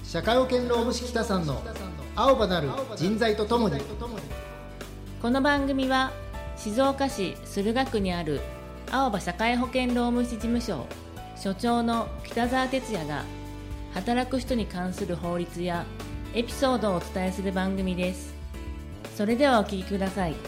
社会保険労務士北さんの青葉なる人材とともに。 この番組は静岡市駿河区にある青葉社会保険労務士事務所所長の北澤哲也が働く人に関する法律やエピソードをお伝えする番組です。それではお聞きください。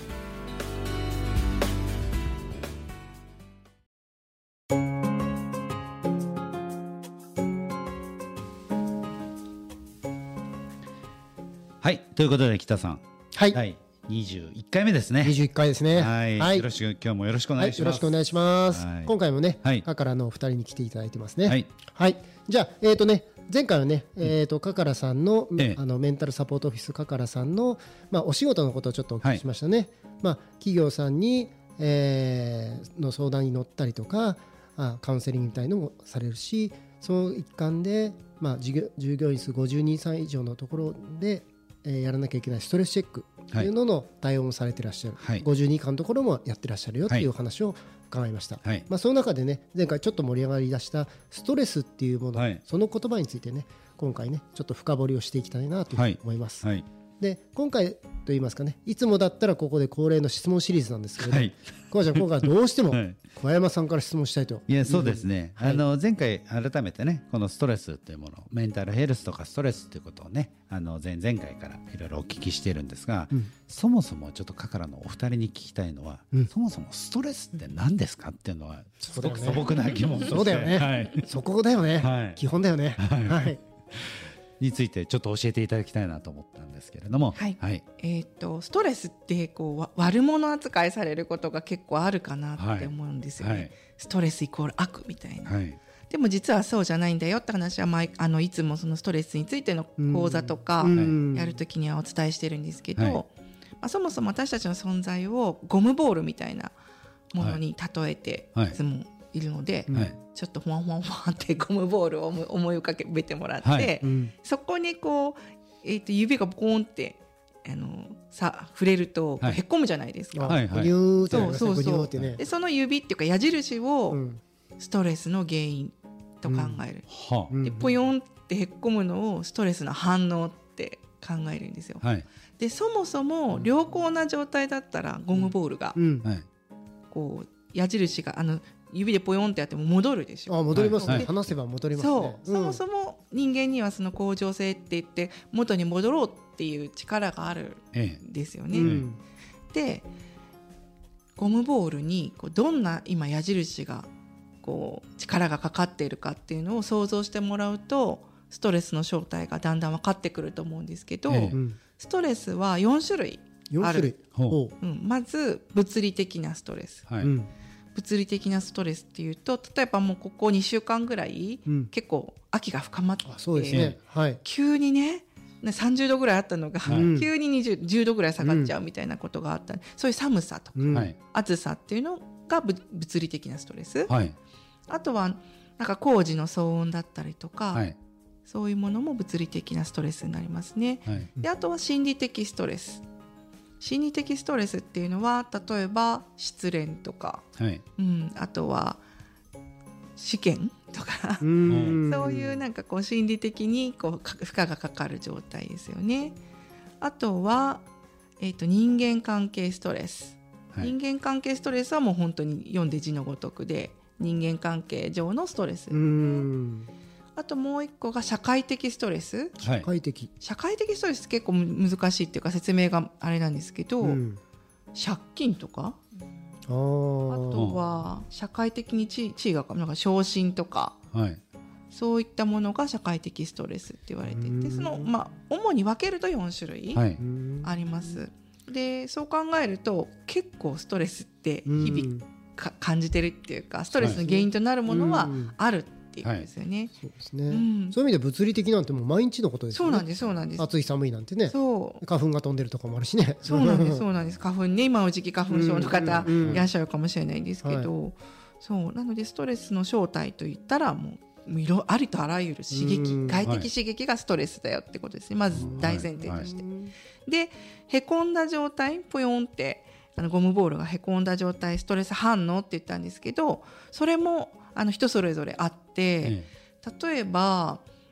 はい、ということで北さん、 はい、 第21回目ですね。 21回ですね。 はい、 はい、 今日もよろしくお願いします。 よろしくお願いします。 はい、 今回もね、カカラのお二人に来ていただいてますね。はい、はい、じゃあ前回はね、カカラさんの、メンタルサポートオフィスカカラさんの、お仕事のことをちょっとお聞きしましたね。企業さんに、の相談に乗ったりとか、カウンセリングみたいのもされるし、その一環で、従業員数50人さん以上のところで、やらなきゃいけないストレスチェックというのの対応もされていらっしゃる、50人以下のところもやってらっしゃるよというお話を伺いました。その中でね、前回ちょっと盛り上がりだしたストレスっていうもの、その言葉についてね、今回ねちょっと深掘りをしていきたいなというふうに思います。で、今回といいますかね、いつもだったらここで恒例の質問シリーズなんですけれども、今回はどうしても小山さんから質問したいと。 いや、そうですね、前回改めてね、このストレスというもの、メンタルヘルスとかストレスということをね、前々回からいろいろお聞きしているんですが、そもそもちょっとカカラのお二人に聞きたいのは、そもそもストレスって何ですかっていうのはすごく素朴な疑問として、 そうだよね、そこだよね、基本だよね、 についてちょっと教えていただきたいなと思ったんですけれども、 ストレスって悪者扱いされることが結構あるかなって思うんですよね。ストレスイコール悪みたいな、でも実はそうじゃないんだよって話は、いつもそのストレスについての講座とかやるときにはお伝えしてるんですけど、そもそも私たちの存在をゴムボールみたいなものに例えていつもいるので、ちょっとフワンフワンフワンってゴムボールを思い浮かべてもらって、そこに指がボコンって触れるとへっこむじゃないですか。でその指っていうか矢印をストレスの原因と考える、でポヨンってへっこむのをストレスの反応って考えるんですよ。でそもそも良好な状態だったらゴムボールがこう矢印が指でポヨンってやっても戻るでしょ。 戻りますね、離せば戻りますね。 そもそも人間にはその恒常性って言って元に戻ろうっていう力があるんですよね。でゴムボールにどんな今矢印が力がかかっているかっていうのを想像してもらうと、ストレスの正体がだんだん分かってくると思うんですけど、ストレスは4種類ある。まず物理的なストレス、物理的なストレスっていうと、例えばもうここ2週間ぐらい、結構秋が深まって、急にね30度ぐらいあったのが、急に10度ぐらい下がっちゃうみたいなことがあった、そういう寒さとか、暑さっていうのが物理的なストレス、あとはなんか工事の騒音だったりとか、そういうものも物理的なストレスになりますね。であとは心理的ストレス、心理的ストレスっていうのは例えば失恋とか、あとは試験とかそういうなんか心理的に負荷がかかる状態ですよね。あとは、人間関係ストレス、人間関係ストレスはもう本当に読んで字のごとくで人間関係上のストレス。あともう一個が社会的ストレス。社会的ストレス結構難しいっていうか説明があれなんですけど、借金とか、あとは社会的に地位がなんか昇進とか、そういったものが社会的ストレスって言われていて、その主に分けると4種類あります。でそう考えると結構ストレスって日々感じてるっていうか、ストレスの原因となるものはあるっていうことですよね。 そうですね、そういう意味で物理的なんてもう毎日のことですよね。そうなんです。暑い寒いなんてね、花粉が飛んでるとかもあるしね。そうなんです花粉ね、今の時期花粉症の方いらっしゃるかもしれないんですけど、そうなのでストレスの正体といったらもうありとあらゆる刺激、外的刺激がストレスだよってことですね、まず大前提として。でへこんだ状態、ポヨンってゴムボールがへこんだ状態、ストレス反応って言ったんですけど、それも人それぞれあって、例えば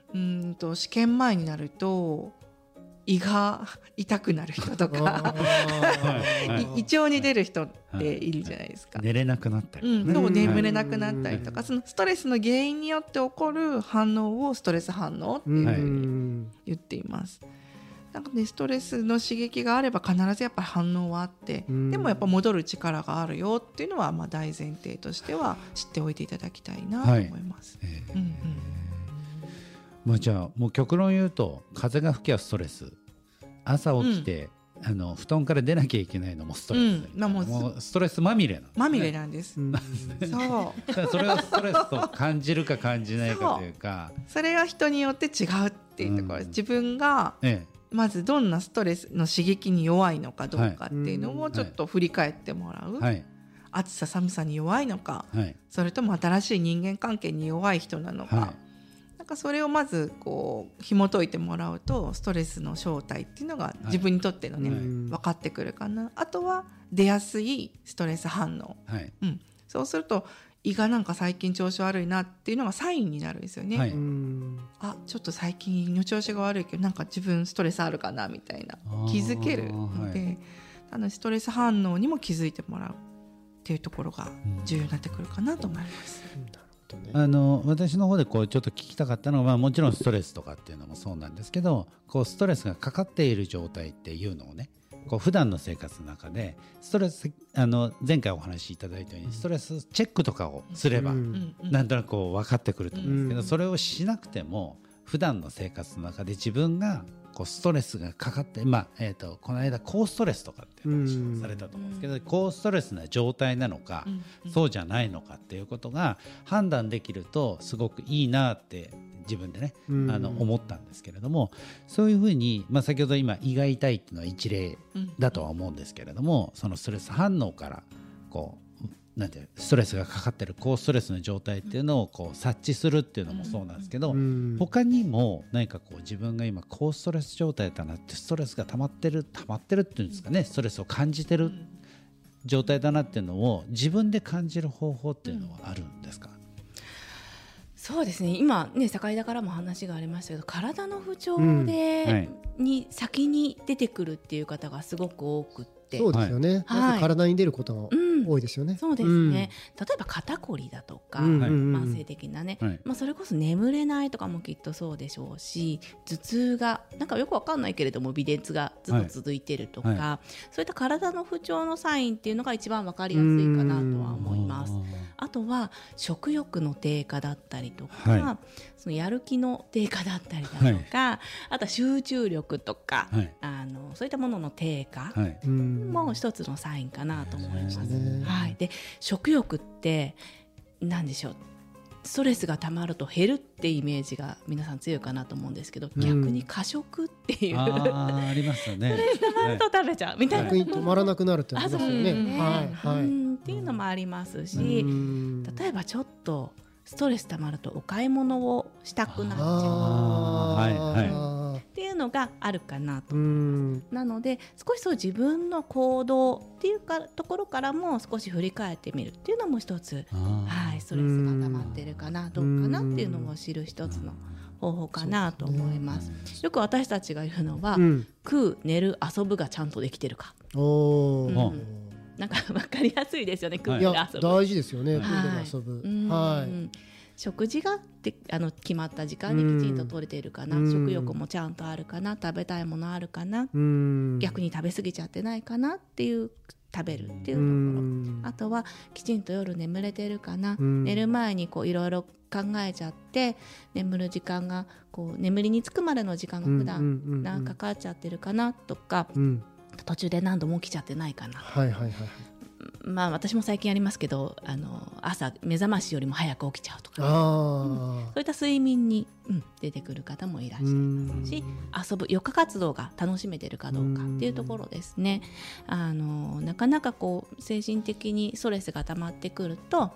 試験前になると胃が痛くなる人とか胃腸に出る人っているじゃないですか。 寝れなくなったり、 そう眠れなくなったりとか、そのストレスの原因によって起こる反応をストレス反応っていうふうに言っています。なんかね、ストレスの刺激があれば必ずやっぱり反応はあって、でもやっぱ戻る力があるよっていうのは大前提としては知っておいていただきたいなと思います。 じゃあもう極論言うと、風が吹きゃストレス、朝起きて、布団から出なきゃいけないのもストレス、もうストレスまみれなんです、ね、 まみれなんです、 そうそれをストレスと感じるか感じないかというか、 それは人によって違うっていうところ、自分がまずどんなストレスの刺激に弱いのかどうかっていうのをちょっと振り返ってもらう、暑さ寒さに弱いのか、それとも新しい人間関係に弱い人なのか、なんかそれをまずこう紐解いてもらうと、ストレスの正体っていうのが自分にとってのね、分かってくるかな。あとは出やすいストレス反応、そうすると胃がなんか最近調子悪いなっていうのがサインになるんですよね、あ、ちょっと最近胃の調子が悪いけどなんか自分ストレスあるかなみたいな気づけるので、ストレス反応にも気づいてもらうっていうところが重要になってくるかなと思います。 私の方でこうちょっと聞きたかったのは、もちろんストレスとかっていうのもそうなんですけど、こうストレスがかかっている状態っていうのをね、こう普段の生活の中でストレス、前回お話しいただいたようにストレスチェックとかをすれば、なんとなくこう分かってくると思うんですけど、それをしなくても普段の生活の中で自分がこうストレスがかかって、この間高ストレスとかって話されたと思うんですけど、高ストレスな状態なのか、そうじゃないのかっていうことが判断できるとすごくいいなって自分でね、思ったんですけれども、そういうふうに、先ほど今胃が痛いっていうのは一例だとは思うんですけれども、そのストレス反応からこうなんてストレスがかかってる高ストレスの状態っていうのをこう察知するっていうのもそうなんですけど、他にも何かこう自分が今高ストレス状態だなって、ストレスが溜まってるっていうんですかね、ストレスを感じてる状態だなっていうのを自分で感じる方法っていうのはあるんですか？ そうですね、今ね境田からも話がありましたけど、体の不調で、に先に出てくるっていう方がすごく多くって、 そうですよね、まず体に出ることが多いですよね、 そうですね、例えば肩こりだとか、慢性的なね、それこそ眠れないとかもきっとそうでしょうし、頭痛がなんかよくわかんないけれども微熱がずっと続いてるとか、そういった体の不調のサインっていうのが一番わかりやすいかなとは思います。あとは食欲の低下だったりとか、そのやる気の低下だったりだとか、あとは集中力とか、そういったものの低下も一つのサインかなと思います。で食欲って何でしょう、ストレスがたまると減るってイメージが皆さん強いかなと思うんですけど、逆に過食っていう、 ありますよね、 ストレスたまると食べちゃうみたいな、 逆に止まらなくなるってありますよね、 っていうのもありますし、例えばちょっとストレスたまるとお買い物をしたくなっちゃうっていうのがあるかなと思います。なので少しそう自分の行動っていうところからも少し振り返ってみるっていうのも一つ、ストレスが溜まってるかなどうかなっていうのを知る一つの方法かなと思います。よく私たちが言うのは、食う寝る遊ぶがちゃんとできてるか、なんか分かりやすいですよね。食う寝る遊ぶ大事ですよね。食う寝る遊ぶ、 食事が決まった時間にきちんと取れているかな、食欲もちゃんとあるかな、食べたいものあるかな、逆に食べ過ぎちゃってないかなっていう食べるっていうところ、あとはきちんと夜眠れてるかな、寝る前にいろいろ考えちゃって眠る時間が眠りにつくまでの時間が普段何かかっちゃってるかなとか、途中で何度も起きちゃってないかな、私も最近ありますけど、朝目覚ましよりも早く起きちゃうとか、そういった睡眠に、出てくる方もいらっしゃいますし、遊ぶ余暇活動が楽しめてるかどうかっていうところですね。なかなか精神的にストレスが溜まってくると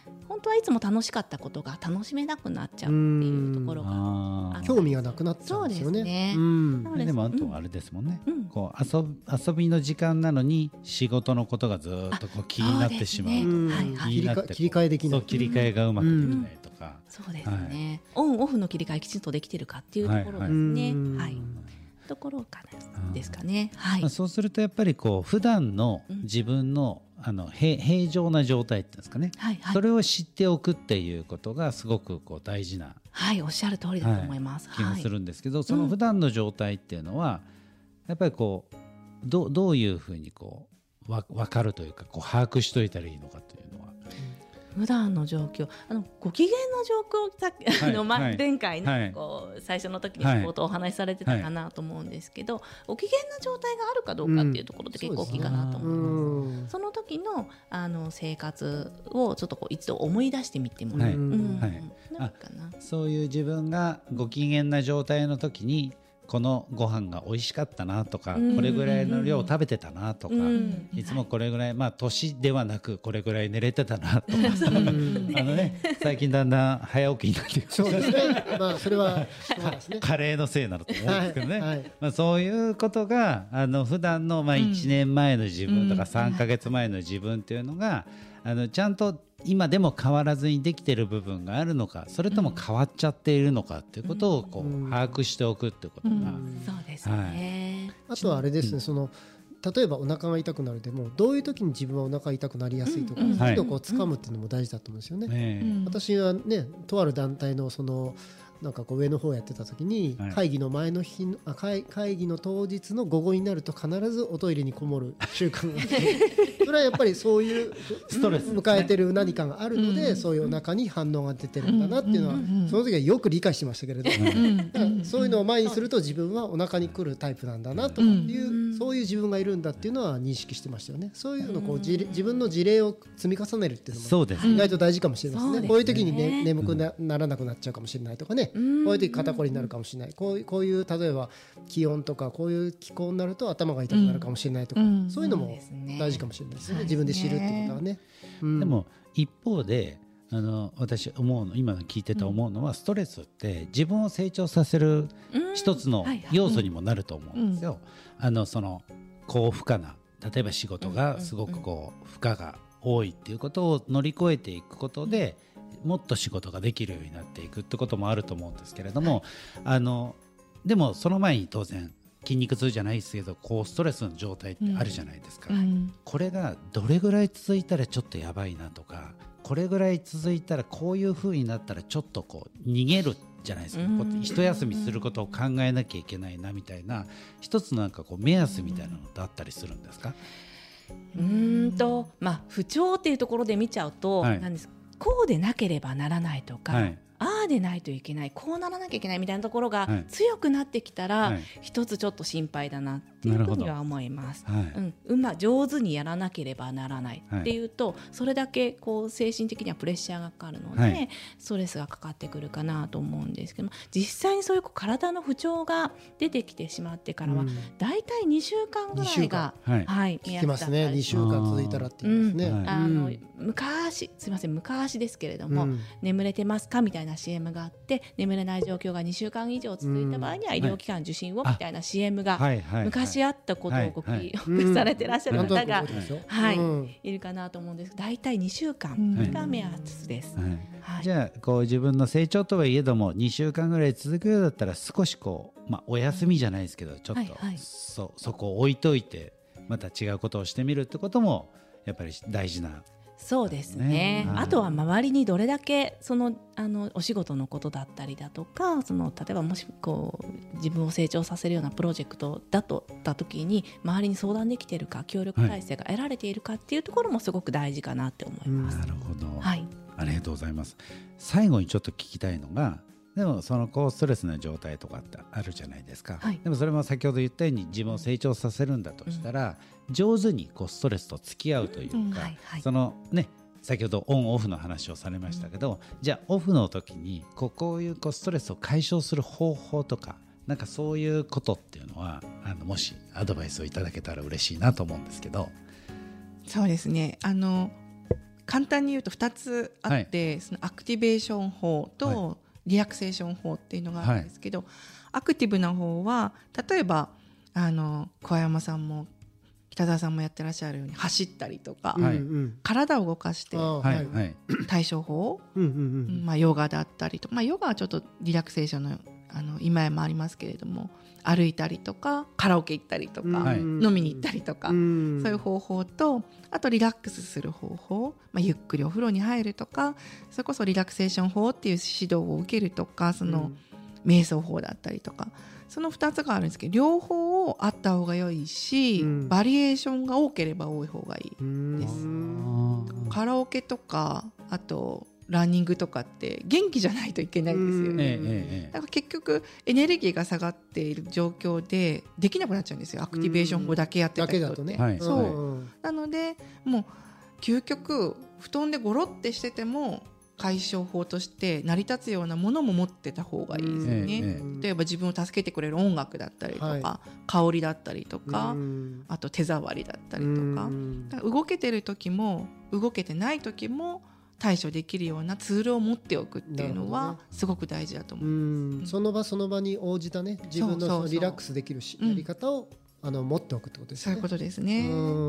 本当はいつも楽しかったことが楽しめなくなっちゃうっていうところが興味がなくなっちゃうんですよね。 そうですね、 でもあとはあれですもんね、こう遊びの時間なのに仕事のことがずっとこう気になってしまう、 切り替えできない、 切り替えがうまくできないとか、 そうですね、オンオフの切り替えきちんとできてるかっていうところですね。ところからですかね。 そうするとやっぱりこう普段の自分の平常な状態っていうんですかね、それを知っておくっていうことがすごくこう大事な、 おっしゃる通りだと思います、 気もするんですけど、その普段の状態っていうのはやっぱりこうどういうふうにこう分かるというか、こう把握しといたらいいのかというのは。 普段の状況、ご機嫌の状況、さっき前回ね、こう最初の時に冒頭お話しされてたかなと思うんですけど、ご機嫌な状態があるかどうかっていうところって結構大きいかなと思います。その時の生活をちょっとこう一度思い出してみてもらう、 そういう自分がご機嫌な状態の時にこのご飯が美味しかったなとか、これぐらいの量食べてたなとか、いつもこれぐらい、年ではなくこれぐらい寝れてたなとかさ、最近だんだん早起きになってくる。 そうですね。それはカレーのせいなのと思うんですけどね。そういうことが普段の1年前の自分とか3ヶ月前の自分っていうのがちゃんと今でも変わらずにできている部分があるのか、それとも変わっちゃっているのかっていうことをこう把握しておくってことが、 そうですね。 あとはあれですね、例えばお腹が痛くなるでもどういう時に自分はお腹痛くなりやすいとか、そういうのをこう掴むっていうのも大事だと思うんですよね。私はね、とある団体のなんかこう上の方やってた時に、会議の前の日の会議の当日の午後になると必ずおトイレにこもる習慣があって、それはやっぱりそういうストレス迎えてる何かがあるので、そういうお腹に反応が出てるんだなっていうのはその時はよく理解してましたけれど、そういうのを前にすると自分はお腹に来るタイプなんだなとかいうそういう自分がいるんだっていうのは認識してましたよね。そういうのをこう自分の事例を積み重ねるっていうのも意外と大事かもしれませんね。こういう時に眠くならなくなっちゃうかもしれないとかね、こういう時肩こりになるかもしれない、こういう例えば気温とかこういう気候になると頭が痛くなるかもしれないとか、そういうのも大事かもしれないですね。自分で知るってことはね。 でも一方で私思うの、今聞いてて思うのは、ストレスって自分を成長させる一つの要素にもなると思うんですよ。その高負荷な、例えば仕事がすごくこう負荷が多いっていうことを乗り越えていくことで、もっと仕事ができるようになっていくってこともあると思うんですけれども、でもその前に当然筋肉痛じゃないですけど高ストレスの状態ってあるじゃないですか、これがどれぐらい続いたらちょっとやばいなとか、これぐらい続いたらこういう風になったらちょっとこう逃げるじゃないですか、一休みすることを考えなきゃいけないなみたいな、一つなんかこう目安みたいなのだったりするんですか？ 不調っていうところで見ちゃうと、なんですこうでなければならないとか、ああでないといけない、こうならなきゃいけないみたいなところが強くなってきたら、一つちょっと心配だなっていうふうには思います。上手にやらなければならないっていうと、それだけこう精神的にはプレッシャーがかかるので、ストレスがかかってくるかなと思うんですけども、実際にそういう体の不調が出てきてしまってからは、だいたい2週間ぐらいが聞きますね。2週間続いたらって言いますね。 昔ですけれども、眠れてますかみたいな CM があって、眠れない状況が2週間以上続いた場合には医療機関受診をみたいな CM が昔あったことをご記憶されてらっしゃる方がいるかなと思うんですけど、だいたい2週間が目安です。 じゃあこう自分の成長とはいえども2週間ぐらい続くようだったら、少しこう、お休みじゃないですけどちょっとそこを置いといてまた違うことをしてみるってこともやっぱり大事な。 そうですね、あとは周りにどれだけお仕事のことだったりだとか、例えばもしこう自分を成長させるようなプロジェクトだった時に周りに相談できているか、協力体制が得られているかっていうところもすごく大事かなって思います。 なるほど、ありがとうございます。最後にちょっと聞きたいのが、でもその高ストレスの状態とかってあるじゃないですか、でもそれも先ほど言ったように自分を成長させるんだとしたら、上手にこうストレスと付き合うというか、先ほどオンオフの話をされましたけど、じゃあオフの時にこういうストレスを解消する方法とか、なんかそういうことっていうのはもしアドバイスをいただけたら嬉しいなと思うんですけど。 そうですね、 簡単に言うと2つあって、そのアクティベーション法とリラクセーション法っていうのがあるんですけど、アクティブな方は例えば桑山さんも北澤さんもやってらっしゃるように走ったりとか、体を動かして対処法、ヨガだったりとか、ヨガはちょっとリラクセーションの今もありますけれども、歩いたりとかカラオケ行ったりとか、飲みに行ったりとか、そういう方法と、あとリラックスする方法、ゆっくりお風呂に入るとか、それこそリラクセーション法っていう指導を受けるとか、その瞑想法だったりとか、その2つがあるんですけど、両方あった方が良いし、バリエーションが多ければ多い方がいいです。カラオケとか、あとランニングとかって元気じゃないといけないんですよね。だから結局エネルギーが下がっている状況でできなくなっちゃうんですよ、アクティベーション法だけやってた人って。なのでもう究極布団でゴロってしてても解消法として成り立つようなものも持ってた方がいいですよね。例えば自分を助けてくれる音楽だったりとか、香りだったりとか、あと手触りだったりとか、だから動けてる時も動けてない時も対処できるようなツールを持っておくっていうのはすごく大事だと思います。 その場その場に応じたね、自分のリラックスできるやり方を持っておくってことですね。 そういうことですね。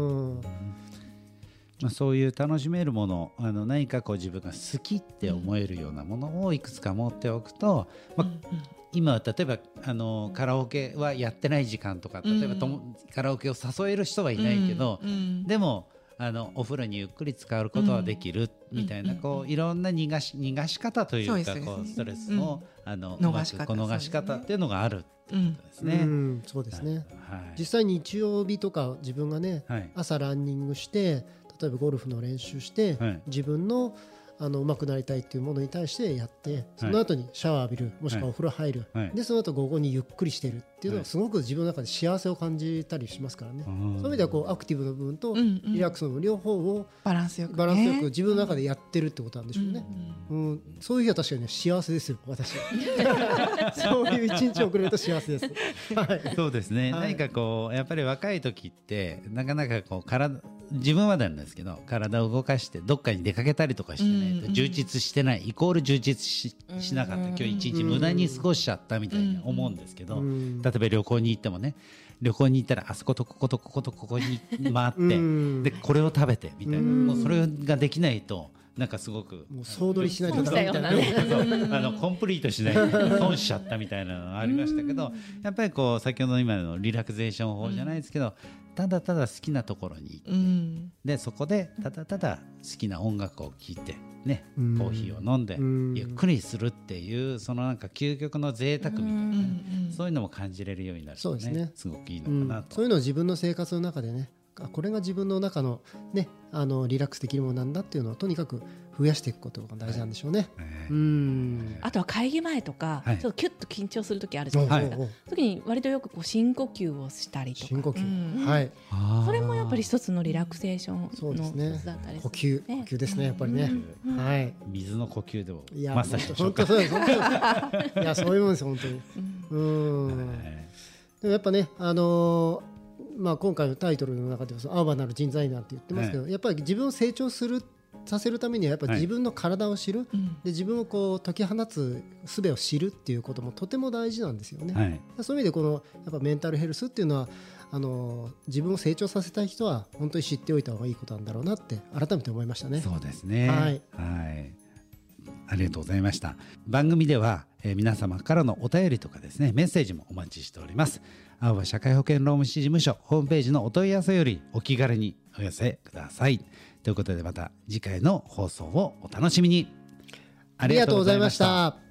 そういう楽しめるもの、何かこう自分が好きって思えるようなものをいくつか持っておくと、今例えばカラオケはやってない時間とか、例えばカラオケを誘える人はいないけど、でもお風呂にゆっくり浸かることはできるみたいな、こういろんな逃がし方というか、こうストレスの逃し方っていうのがあるってことですね。 そうですね。実際に日曜日とか自分がね、朝ランニングして例えばゴルフの練習して、自分の上手くなりたいっていうものに対してやって、その後にシャワー浴びる、もしくはお風呂入る、でその後午後にゆっくりしてるっていうのはすごく自分の中で幸せを感じたりしますからね。そういう意味ではこうアクティブの部分とリラックスの部分両方をバランスよく自分の中でやってるってことなんでしょうね。そういう日は確かにね、幸せですよ私そういう一日を送れると幸せです。 そうですね。何かこうやっぱり若い時ってなかなかこう自分はなんですけど、体を動かしてどっかに出かけたりとかしてないと充実してない、イコール充実 しなかった、今日一日無駄に過ごしちゃったみたいに思うんですけど、例えば旅行に行ってもね、旅行に行ったらあそことこことこことここに回ってでこれを食べてみたいな、もうそれができないとなんかすごくもう総取りしないとダメみたいな、 コンプリートしないと損しちゃったみたいなのがありましたけど、やっぱりこう先ほどの今のリラクゼーション法じゃないですけど、ただただ好きなところに行って、でそこでただただ好きな音楽を聴いてね、コーヒーを飲んでゆっくりするっていう、そのなんか究極の贅沢みたいな、そういうのも感じれるようになるとね、すごくいいのかなと。 そういうのを自分の生活の中でね、これが自分の中のね、リラックスできるものなんだっていうのをとにかく増やしていくことが大事なんでしょうね。 あとは会議前とか、ちょっとキュッと緊張する時あるじゃないですか。時に割とよくこう深呼吸をしたりとか、 深呼吸、 それもやっぱり一つのリラクゼーションの一つだったりする。 呼吸ですね、やっぱりね。 水の呼吸でもマッサージしましょうか。いや、そういうもんです本当に。でもやっぱね、今回のタイトルの中では青葉なる人材なんて言ってますけど、やっぱり自分を成長させるためにはやっぱり自分の体を知る、で自分をこう解き放つ術を知るっていうこともとても大事なんですよね。そういう意味でこのやっぱメンタルヘルスっていうのは自分を成長させたい人は本当に知っておいた方がいいことなんだろうなって改めて思いましたね。 そうですね。ありがとうございました。番組では、皆様からのお便りとかですね、メッセージもお待ちしております。青葉社会保険労務士事務所ホームページのお問い合わせよりお気軽にお寄せください。ということでまた次回の放送をお楽しみに。 ありがとうございました。